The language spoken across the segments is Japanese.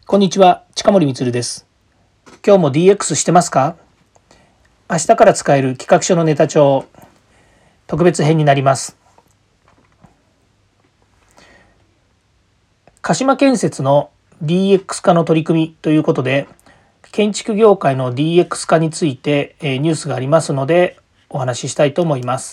こんにちは、近森光です。今日も DX してますか？明日から使える企画書のネタ帳特別編になります。鹿島建設の DX 化の取り組みということで、建築業界の DX 化についてニュースがありますのでお話ししたいと思います。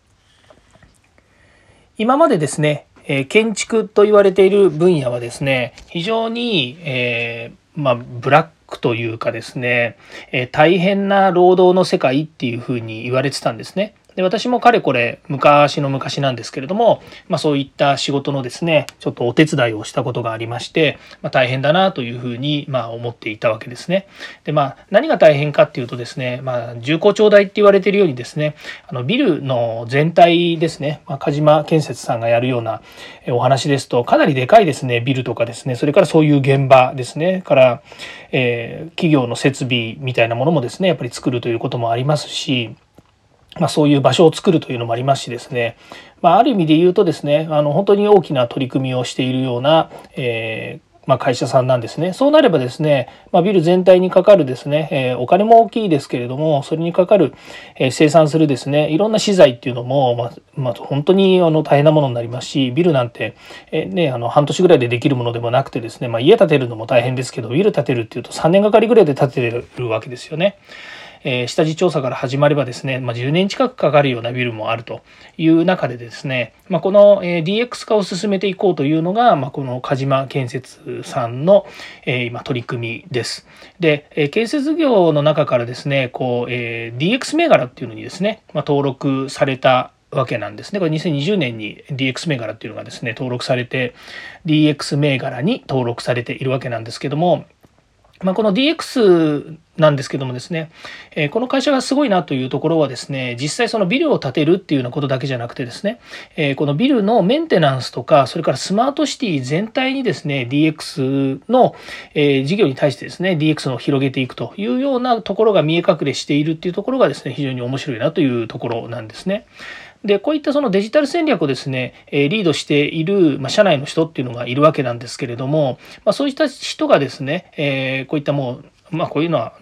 今までですね、建築と言われている分野はですね、非常に、ブラックというかですね、大変な労働の世界っていうふうに言われてたんですね。で、私もかれこれ昔の昔なんですけれども、そういった仕事のですね、ちょっとお手伝いをしたことがありまして、大変だなというふうに思っていたわけですね。で、何が大変かっていうとですね、重厚長大って言われているようにですね、ビルの全体ですね、鹿島建設さんがやるようなお話ですと、かなりでかいですね、ビルとかですね、それからそういう現場ですね、から、企業の設備みたいなものもですね、やっぱり作るということもありますし、そういう場所を作るというのもありますしですね、ある意味で言うとですね、本当に大きな取り組みをしているような、会社さんなんですね。そうなればですね、ビル全体にかかるですね、お金も大きいですけれども、それにかかる、生産するですね、いろんな資材っていうのも、本当に大変なものになりますし、ビルなんて、半年ぐらいでできるものでもなくてですね、家建てるのも大変ですけど、ビル建てるっていうと3年がかりぐらいで建てるわけですよね。下地調査から始まればですね、10年近くかかるようなビルもあるという中でですね、この DX 化を進めていこうというのが、この鹿島建設さんの今取り組みです。で、建設業の中からですね、DX 銘柄っていうのにですね、登録されたわけなんですね。これ2020年に DX 銘柄っていうのがですね、登録されて DX 銘柄に登録されているわけなんですけども、この DX なんですけどもですね、この会社がすごいなというところはですね、実際そのビルを建てるっていうようなことだけじゃなくてですね、このビルのメンテナンスとか、それからスマートシティ全体にですね、DX の事業に対してですね、DX を広げていくというようなところが見え隠れしているっていうところがですね、非常に面白いなというところなんですね。で、こういったそのデジタル戦略をですね、リードしている、社内の人っていうのがいるわけなんですけれども、そういった人がですね、こういったもう、こういうのは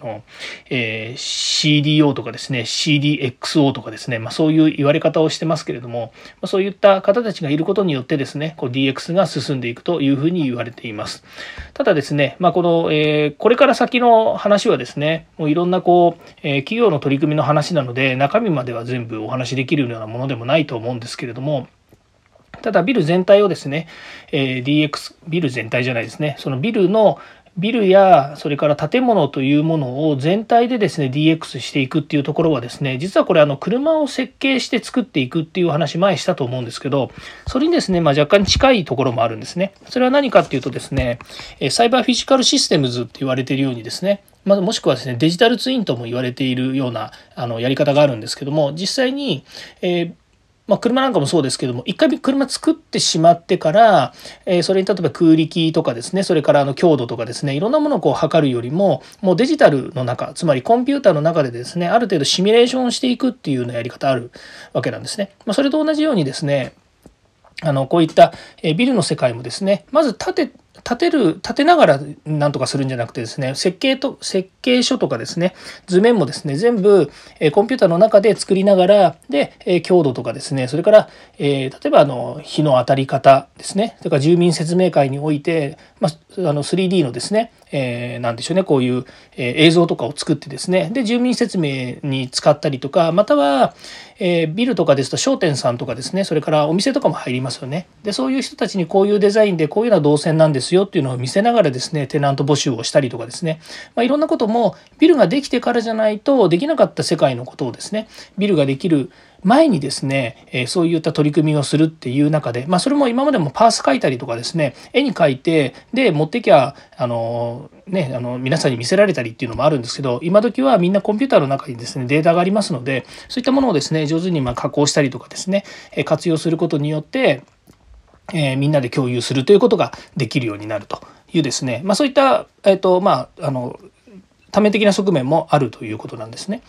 CDO とかですね、CDXO とかですね、そういう言われ方をしてますけれども、そういった方たちがいることによってですね、DX が進んでいくというふうに言われています。ただですね、これから先の話はですね、もういろんな企業の取り組みの話なので、中身までは全部お話しできるようなものでもないと思うんですけれども、ただビル全体をですね、DX、ビル全体じゃないですね、そのビルやそれから建物というものを全体でですね DX していくっていうところはですね、実はこれ車を設計して作っていくっていう話前したと思うんですけど、それにですね、若干近いところもあるんですね。それは何かっていうとですね、サイバーフィジカルシステムズって言われているようにですね、もしくはですねデジタルツインとも言われているようなやり方があるんですけども、実際に、車なんかもそうですけども、一回車作ってしまってから、それに例えば空力とかですね、それから強度とかですね、いろんなものを測るよりも、もうデジタルの中、つまりコンピューターの中でですね、ある程度シミュレーションしていくっていうようなやり方あるわけなんですね。それと同じようにですね、こういったビルの世界もですね、まず建てながらなんとかするんじゃなくてですね、設計書とかですね、図面もですね、全部コンピューターの中で作りながら、で、強度とかですね、それから、例えば日の当たり方ですね、それから住民説明会において、3D のですね、なんでしょうね、こういう映像とかを作ってですね、で、住民説明に使ったりとか、または、ビルとかですと商店さんとかですね、それからお店とかも入りますよね。で、そういう人たちにこういうデザインでこういうのは動線なんですよっていうのを見せながらですね、テナント募集をしたりとかですね、いろんなこともビルができてからじゃないとできなかった世界のことをですね、ビルができる前にですね、そういった取り組みをするっていう中で、それも今までもパース描いたりとかですね、絵に描いて、で、持ってきゃ、皆さんに見せられたりっていうのもあるんですけど、今時はみんなコンピューターの中にですね、データがありますので、そういったものをですね、上手に加工したりとかですね、活用することによって、みんなで共有するということができるようになるというですね、そういった、多面的な側面もあるということなんですね。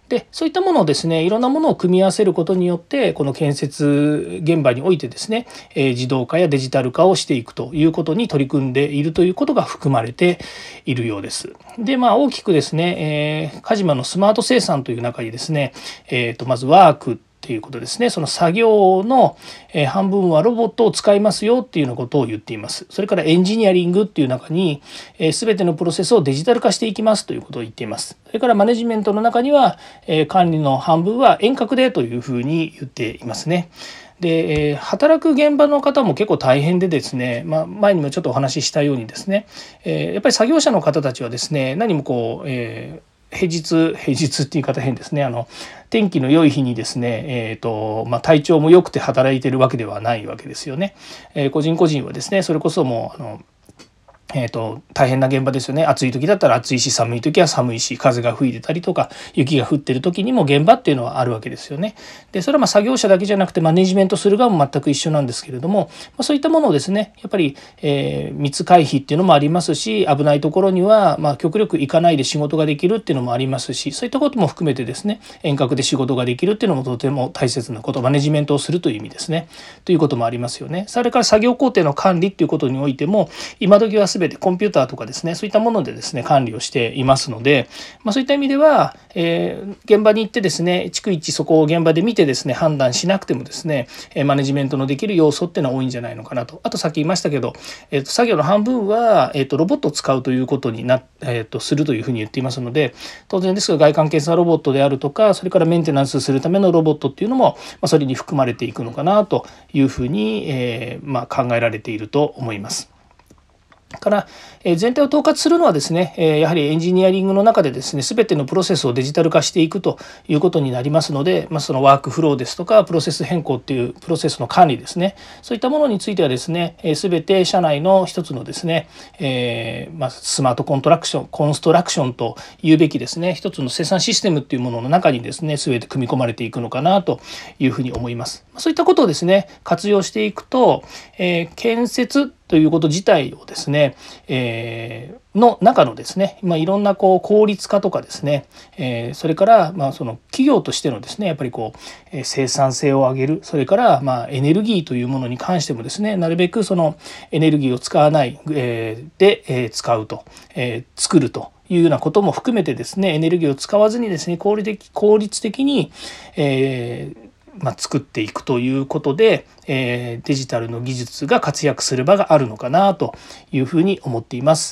でそういったものをですね、いろんなものを組み合わせることによってこの建設現場においてですね、自動化やデジタル化をしていくということに取り組んでいるということが含まれているようです。で大きくですね、鹿島のスマート生産という中にですね、まずワークっていうことですね。その作業の半分はロボットを使いますよっていうようなことを言っています。それからエンジニアリングっていう中に全てのプロセスをデジタル化していきますということを言っています。それからマネジメントの中には管理の半分は遠隔でというふうに言っていますね。で働く現場の方も結構大変でですね、前にもちょっとお話ししたようにですね、やっぱり作業者の方たちはですね、何も平日っていう方変ですね、天気の良い日にですね、体調も良くて働いてるわけではないわけですよね。個人個人はですね、それこそもう大変な現場ですよね。暑い時だったら暑いし、寒い時は寒いし、風が吹いてたりとか雪が降ってる時にも現場っていうのはあるわけですよね。でそれは作業者だけじゃなくてマネジメントする側も全く一緒なんですけれども、そういったものをですね、やっぱり、密回避っていうのもありますし、危ないところには極力行かないで仕事ができるっていうのもありますし、そういったことも含めてですね、遠隔で仕事ができるっていうのもとても大切なこと、マネジメントをするという意味ですね、ということもありますよね。それから作業工程の管理っていうことにおいても、今時は全てコンピューターとかですね、そういったものでですね管理をしていますので、そういった意味では、現場に行ってですね、逐一そこを現場で見てですね判断しなくてもですね、マネジメントのできる要素っていうのは多いんじゃないのかなと。あとさっき言いましたけど、作業の半分は、ロボットを使うということにするというふうに言っていますので、当然ですが外観検査ロボットであるとか、それからメンテナンスするためのロボットっていうのも、それに含まれていくのかなというふうに、考えられていると思います。から全体を統括するのはですね、やはりエンジニアリングの中でですね、全てのプロセスをデジタル化していくということになりますので、そのワークフローですとかプロセス変更っていうプロセスの管理ですね、そういったものについてはですね、全て社内の一つのですね、スマートコンストラクションというべきですね、一つの生産システムっていうものの中にですね、全て組み込まれていくのかなというふうに思います。そういったことをですね活用していくと、建設ということ自体をですね、の中のですね、いろんな効率化とかですね、それからその企業としてのですね、やっぱり生産性を上げる、それからエネルギーというものに関してもですね、なるべくそのエネルギーを使わない、で、使うと、作るというようなことも含めてですね、エネルギーを使わずにですね、効率的に、作っていくということで、デジタルの技術が活躍する場があるのかなというふうに思っています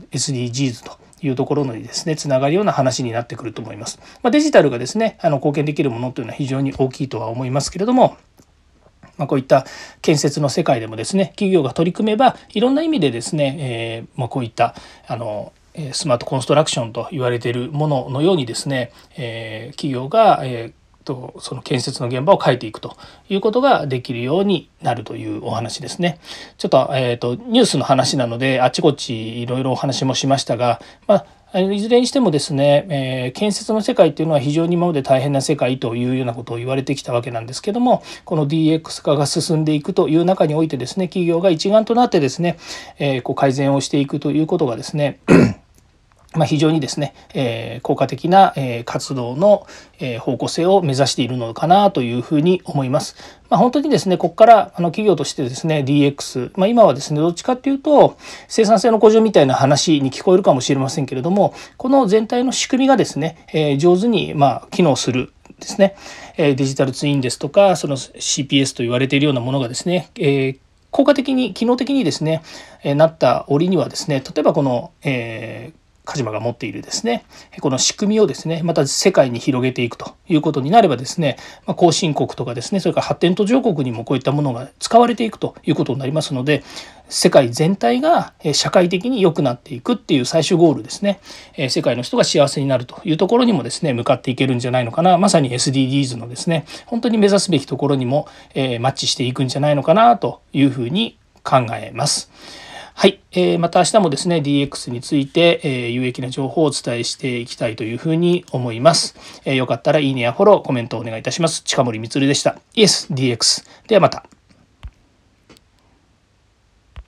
。SDGs というところにですねつながるような話になってくると思います。デジタルがですね貢献できるものというのは非常に大きいとは思いますけれども、こういった建設の世界でもですね、企業が取り組めばいろんな意味でですね、こういったスマートコンストラクションと言われているもののようにですね、企業がその建設の現場を変えていくということができるようになるというお話ですね。ちょっと、ニュースの話なのであちこちいろいろお話もしましたが、いずれにしてもですね、建設の世界っていうのは非常に今まで大変な世界というようなことを言われてきたわけなんですけども、この DX 化が進んでいくという中においてですね、企業が一丸となってですね、改善をしていくということがですね非常にですね、効果的な活動の方向性を目指しているのかなというふうに思います。本当にですね、ここから企業としてですね DX、今はですねどっちかっていうと生産性の向上みたいな話に聞こえるかもしれませんけれども、この全体の仕組みがですね、上手に機能するですね、デジタルツインですとかその CPS と言われているようなものがですね、効果的に機能的にですね、なった折にはですね、例えばこの、鹿島が持っているですねこの仕組みをですねまた世界に広げていくということになればですね、後進国とかですね、それから発展途上国にもこういったものが使われていくということになりますので、世界全体が社会的に良くなっていくっていう最終ゴールですね、世界の人が幸せになるというところにもですね向かっていけるんじゃないのかな、まさに SDGs のですね本当に目指すべきところにもマッチしていくんじゃないのかなというふうに考えます。はい、また明日もですね DX について、有益な情報をお伝えしていきたいというふうに思います。よかったらいいねやフォロー、コメントをお願いいたします。近森光でした。イエス DX。ではまた。